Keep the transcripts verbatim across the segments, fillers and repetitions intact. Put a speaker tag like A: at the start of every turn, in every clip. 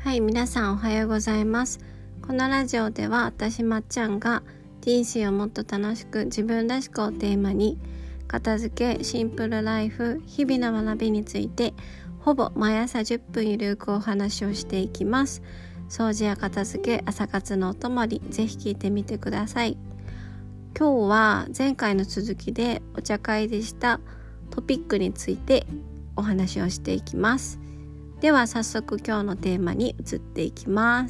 A: はい、皆さんおはようございます。このラジオでは私まっちゃんが人生をもっと楽しく自分らしくをテーマに片付け、シンプルライフ、日々の学びについてほぼ毎朝じゅっぷんゆるくお話をしていきます。掃除や片付け、朝活のお供にぜひ聞いてみてください。今日は前回の続きでお茶会でしたトピックについてお話をしていきます。では早速今日のテーマに移っていきます。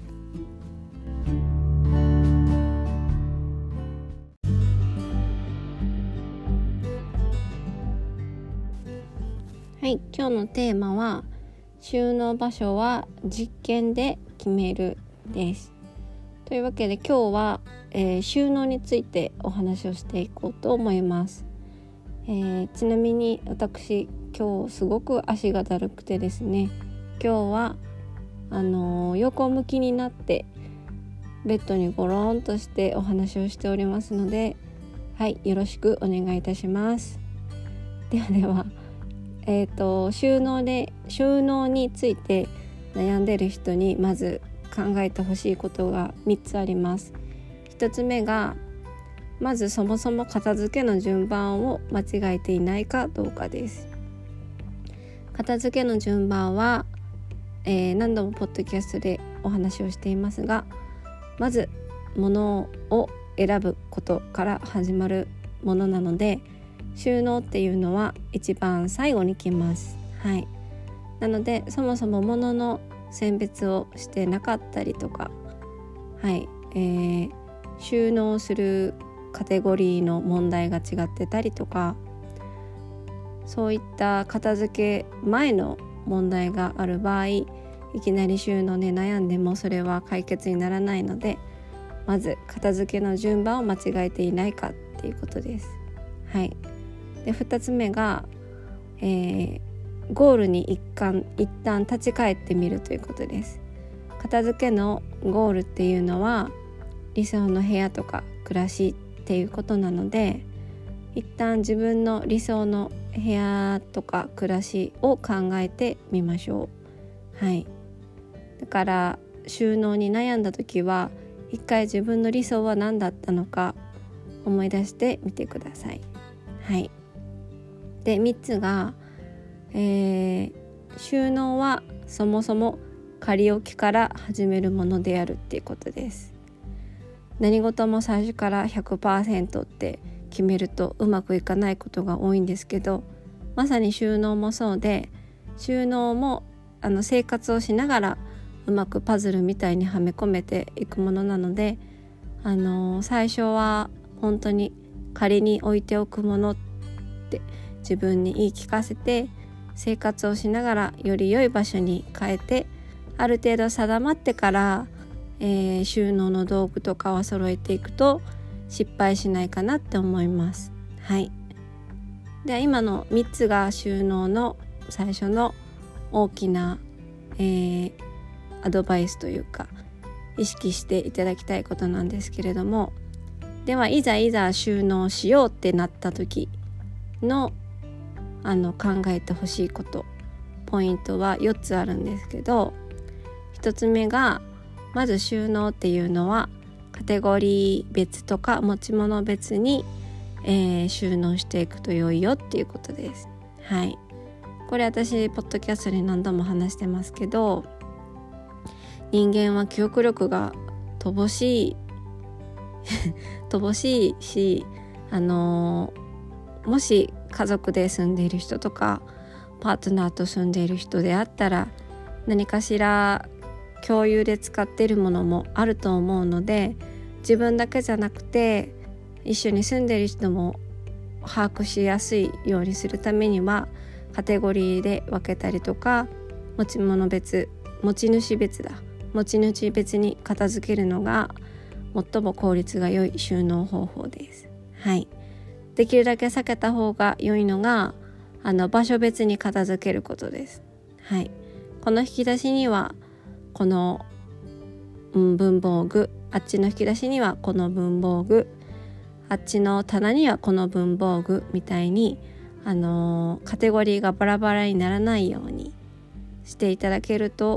A: はい、今日のテーマは収納場所は実験で決めるです。というわけで今日は、えー、収納についてお話をしていこうと思います。えー、ちなみに私今日すごく足がだるくてですね、今日はあのー、横向きになってベッドにゴロンとしてお話をしておりますので、はいよろしくお願いいたします。ではではえーと収納で収納について悩んでいる人にまず考えてほしいことがみっつあります。ひとつめがまずそもそも片付けの順番を間違えていないかどうかです。片付けの順番は、えー、何度もポッドキャストでお話をしていますが、まず物を選ぶことから始まるものなので、収納っていうのは一番最後に来ます。はい。なのでそもそも物の選別をしてなかったりとか、はい、えー、収納するカテゴリーの問題が違ってたりとか、そういった片付け前の問題がある場合、いきなり収納で悩んでもそれは解決にならないので、まず片付けの順番を間違えていないかっていうことです。はい。でふたつめが、えー、ゴールに一貫一旦立ち返ってみるということです。片付けのゴールっていうのは理想の部屋とか暮らしっていうことなので、一旦自分の理想の部屋とか暮らしを考えてみましょう。はい。だから収納に悩んだ時は一回自分の理想は何だったのか思い出してみてください。はい。でみっつが、えー、収納はそもそも仮置きから始めるものであるっていうことです。何事も最初から ひゃくパーセント って決めるとうまくいかないことが多いんですけど、まさに収納もそうで、収納もあの生活をしながらうまくパズルみたいにはめ込めていくものなので、あのー、最初は本当に仮に置いておくものって自分に言い聞かせて、生活をしながらより良い場所に変えて、ある程度定まってから、えー、収納の道具とかを揃えていくと失敗しないかなって思います。はい。で今のみっつが収納の最初の大きな、えー、アドバイスというか意識していただきたいことなんですけれども、ではいざいざ収納しようってなった時のあの考えてほしいこと、ポイントはよっつあるんですけど、ひとつめがまず収納っていうのはカテゴリー別とか持ち物別に、えー、収納していくと良いよっていうことです。はい。これ私ポッドキャストで何度も話してますけど、人間は記憶力が乏しい乏しいし、あのー、もし家族で住んでいる人とかパートナーと住んでいる人であったら、何かしら共有で使っているものもあると思うので、自分だけじゃなくて一緒に住んでいる人も把握しやすいようにするためにはカテゴリーで分けたりとか、持ち物別、持ち主別だ持ち主別に片付けるのが最も効率が良い収納方法です。はい。できるだけ避けた方が良いのがあの場所別に片付けることです。はい。この引き出しにはこの、うん、文房具、あっちの引き出しにはこの文房具、あっちの棚にはこの文房具みたいに、あのー、カテゴリーがバラバラにならないようにしていただけると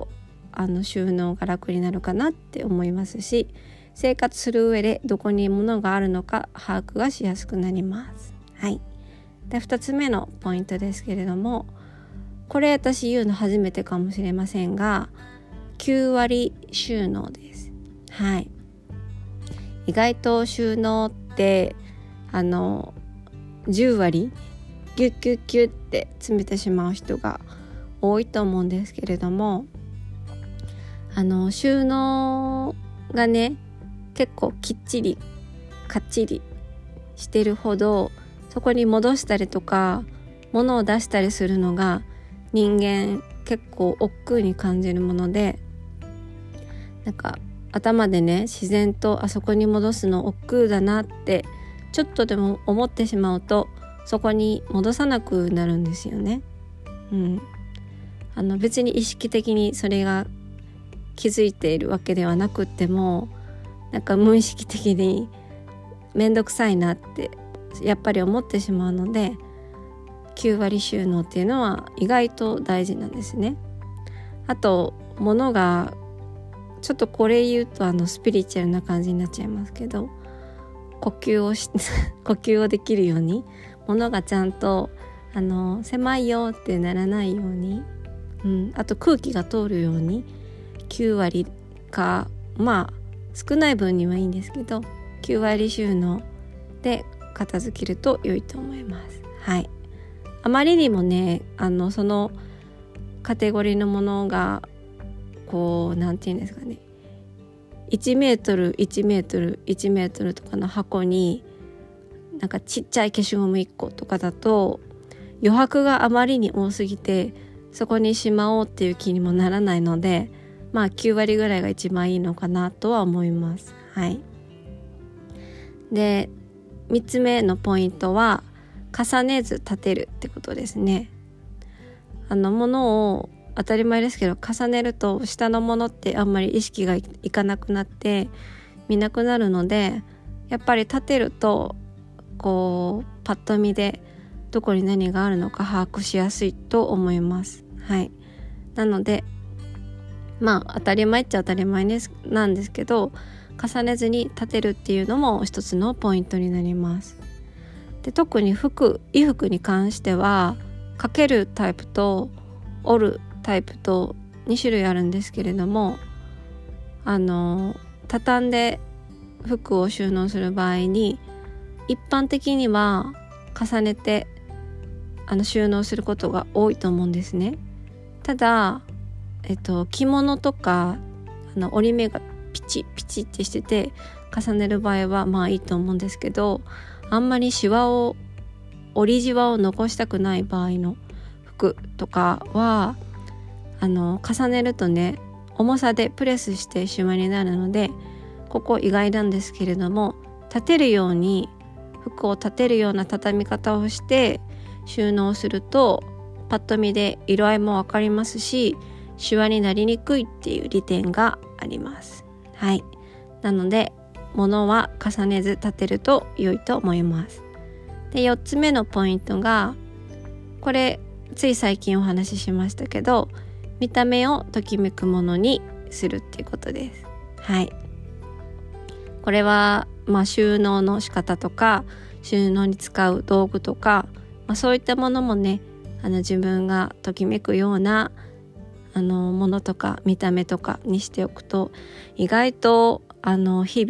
A: あの収納が楽になるかなって思いますし、生活する上でどこに物があるのか把握がしやすくなります。はい。でふたつめのポイントですけれども、これ私言うの初めてかもしれませんが、きゅうわり収納です。はい。意外と収納ってあのじゅうわりギュッギュッギュッって詰めてしまう人が多いと思うんですけれども、あの収納がね結構きっちりかっちりしてるほど、そこに戻したりとか物を出したりするのが人間結構億劫に感じるもので、なんか頭でね自然とあそこに戻すの億劫だなってちょっとでも思ってしまうと、そこに戻さなくなるんですよね。うん、あの別に意識的にそれが気づいているわけではなくっても、なんか無意識的にめんどくさいなってやっぱり思ってしまうので、きゅうわり収納っていうのは意外と大事なんですね。あと物がちょっとこれ言うとあのスピリチュアルな感じになっちゃいますけど、呼吸をし呼吸をできるように、物がちゃんとあの狭いよってならないように、うん、あと空気が通るようにきゅうわりか、まあ少ない分にはいいんですけどきゅうわり収納で片付けると良いと思います。はい。あまりにもねあのそのカテゴリーのものがこうなんていうんですかね、いちメートルいちメートルいちメートルとかの箱になんかちっちゃい消しゴムいっことかだと余白があまりに多すぎてそこにしまおうっていう気にもならないので、まあきゅうわりぐらいが一番いいのかなとは思います。はい。でみっつめのポイントは重ねず立てるってことですね。あの物を当たり前ですけど重ねると下のものってあんまり意識がいかなくなって見なくなるので、やっぱり立てるとこうパッと見でどこに何があるのか把握しやすいと思います。はい。なのでまあ当たり前っちゃ当たり前ですなんですけど、重ねずに立てるっていうのも一つのポイントになります。で特に服衣服に関してはかけるタイプと折るタイプとにしゅるいあるんですけれども、あの畳んで服を収納する場合に一般的には重ねてあの収納することが多いと思うんですね。ただ、えっと、着物とかあの折り目がピチピチってしてて重ねる場合はまあいいと思うんですけど、あんまりシワを折りじわを残したくない場合の服とかはあの重ねるとね重さでプレスしてシワになるので、ここ意外なんですけれども、立てるように服を立てるような畳み方をして収納するとパッと見で色合いもわかりますし、シワになりにくいっていう利点があります。はい。なので物は重ねず立てると良いと思います。でよっつめのポイントが、これつい最近お話ししましたけど、見た目をときめくものにするっていうことです。はい。これはまあ収納の仕方とか収納に使う道具とか、まあ、そういったものもねあの自分がときめくようなあのものとか見た目とかにしておくと、意外とあの日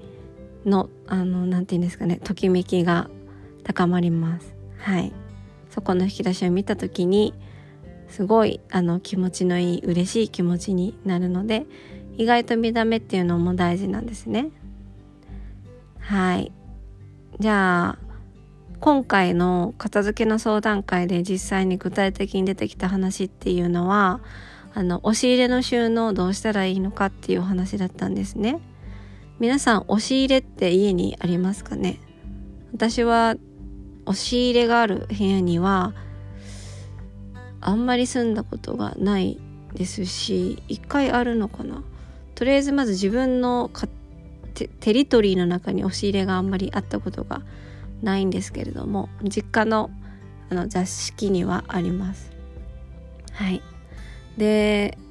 A: 々のあのなんていうんですかね、ときめきが高まります。はい。そこの引き出しを見た時にすごいあの気持ちのいい嬉しい気持ちになるので、意外と見た目っていうのも大事なんですね。はい。じゃあ今回の片付けの相談会で実際に具体的に出てきた話っていうのは、あの押し入れの収納どうしたらいいのかっていうお話だったんですね。皆さん押し入れって家にありますかね？私は押し入れがある部屋にはあんまり住んだことがないですし、一回あるのかな。とりあえずまず自分のかテ, テリトリーの中に押し入れがあんまりあったことがないんですけれども、実家のあの座敷にはあります。はい。で、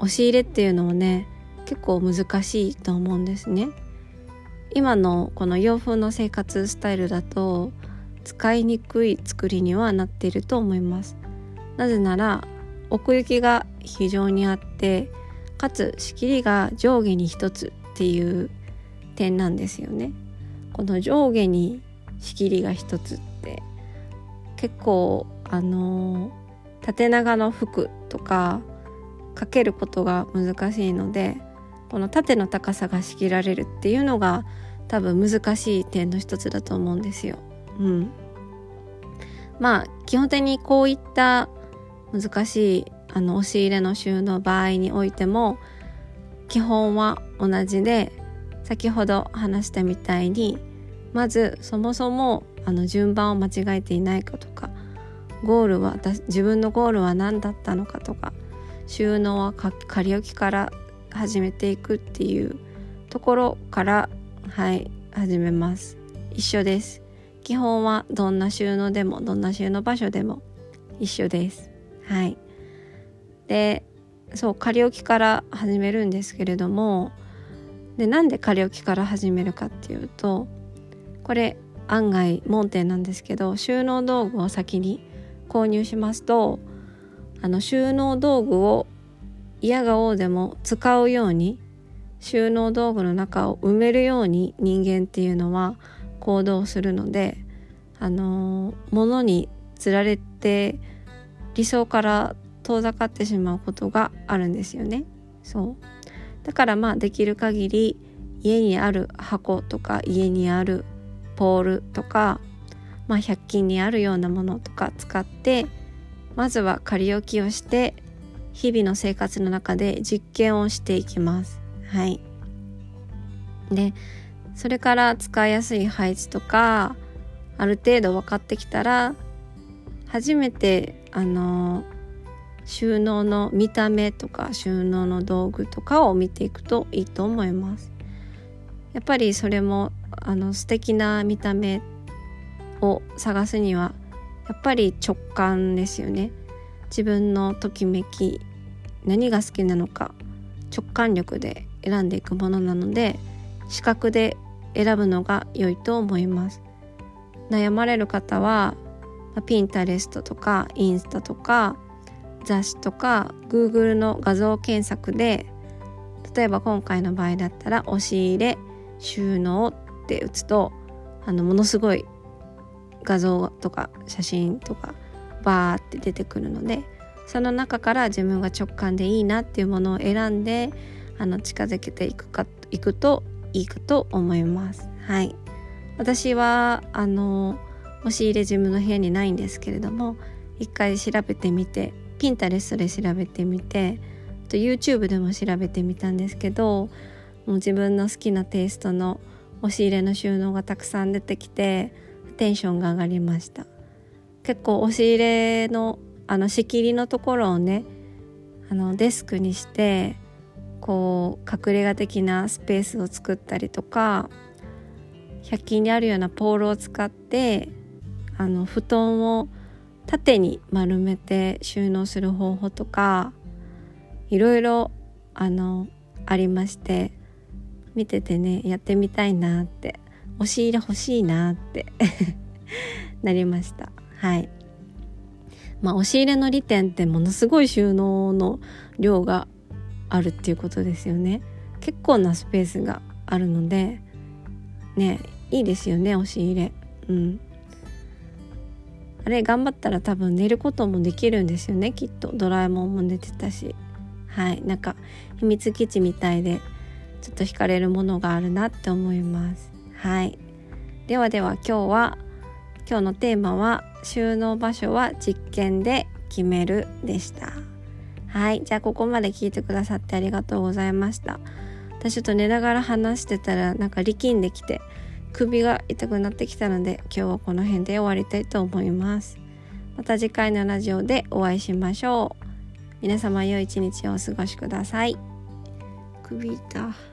A: 押し入れっていうのもね結構難しいと思うんですね。今のこの洋風の生活スタイルだと使いにくい作りにはなっていると思います。なぜなら奥行きが非常にあって、かつ仕切りが上下に一つっていう点なんですよね。この上下に仕切りが一つって結構あの縦長の服とかかけることが難しいので、この縦の高さが仕切られるっていうのが多分難しい点の一つだと思うんですよ。うん、まあ基本的にこういった難しいあの押し入れの収納場合においても基本は同じで、先ほど話したみたいにまずそもそもあの順番を間違えていないかとか、ゴールは自分のゴールは何だったのかとか、収納は仮置きから始めていくっていうところからはい始めます。一緒です。基本はどんな収納でもどんな収納場所でも一緒です。はい。で、そう仮置きから始めるんですけれども、でなんで仮置きから始めるかっていうと、これ案外盲点なんですけど、収納道具を先に購入しますと、あの収納道具を嫌がおうでも使うように、収納道具の中を埋めるように人間っていうのは行動するので、あの物につられて理想から遠ざかってしまうことがあるんですよね。そうだからまあできる限り家にある箱とか家にあるポールとか、まあ、ひゃく均にあるようなものとか使って、まずは仮置きをして日々の生活の中で実験をしていきます。はい。で、それから使いやすい配置とかある程度分かってきたら、初めてあの収納の見た目とか収納の道具とかを見ていくといいと思います。やっぱりそれもあの素敵な見た目を探すにはやっぱり直感ですよね。自分のときめき、何が好きなのか直感力で選んでいくものなので、視覚で選ぶのが良いと思います。悩まれる方はピンタレストとかインスタとか雑誌とか Google の画像検索で、例えば今回の場合だったら押し入れ収納って打つと、あのものすごい画像とか写真とかバーって出てくるので、その中から自分が直感でいいなっていうものを選んであの近づけていくかいくといいかと思います。はい。私はあの押し入れ自分の部屋にないんですけれども、一回調べてみて、ピンタレストで調べてみて、あと YouTube でも調べてみたんですけど、もう自分の好きなテイストの押し入れの収納がたくさん出てきてテンションが上がりました。結構押し入れのあの仕切りのところをね、あのデスクにしてこう隠れ家的なスペースを作ったりとか、ひゃく均にあるようなポールを使ってあの布団を縦に丸めて収納する方法とかいろいろあのありまして、見ててねやってみたいなって、押し入れ欲しいなってなりました。はい。まあ押し入れの利点ってものすごい収納の量があるっていうことですよね。結構なスペースがあるのでね、いいですよね押し入れ。うん。あれ頑張ったら多分寝ることもできるんですよね、きっと。ドラえもんも寝てたし、はい、なんか秘密基地みたいでちょっと惹かれるものがあるなって思います。はい。ではでは今日は今日のテーマは収納場所は実験で決めるでした。はい、じゃあここまで聞いてくださってありがとうございました。私ちょっと寝ながら話してたらなんか力んできて首が痛くなってきたので、今日はこの辺で終わりたいと思います。また次回のラジオでお会いしましょう。皆様良い一日をお過ごしください。首痛。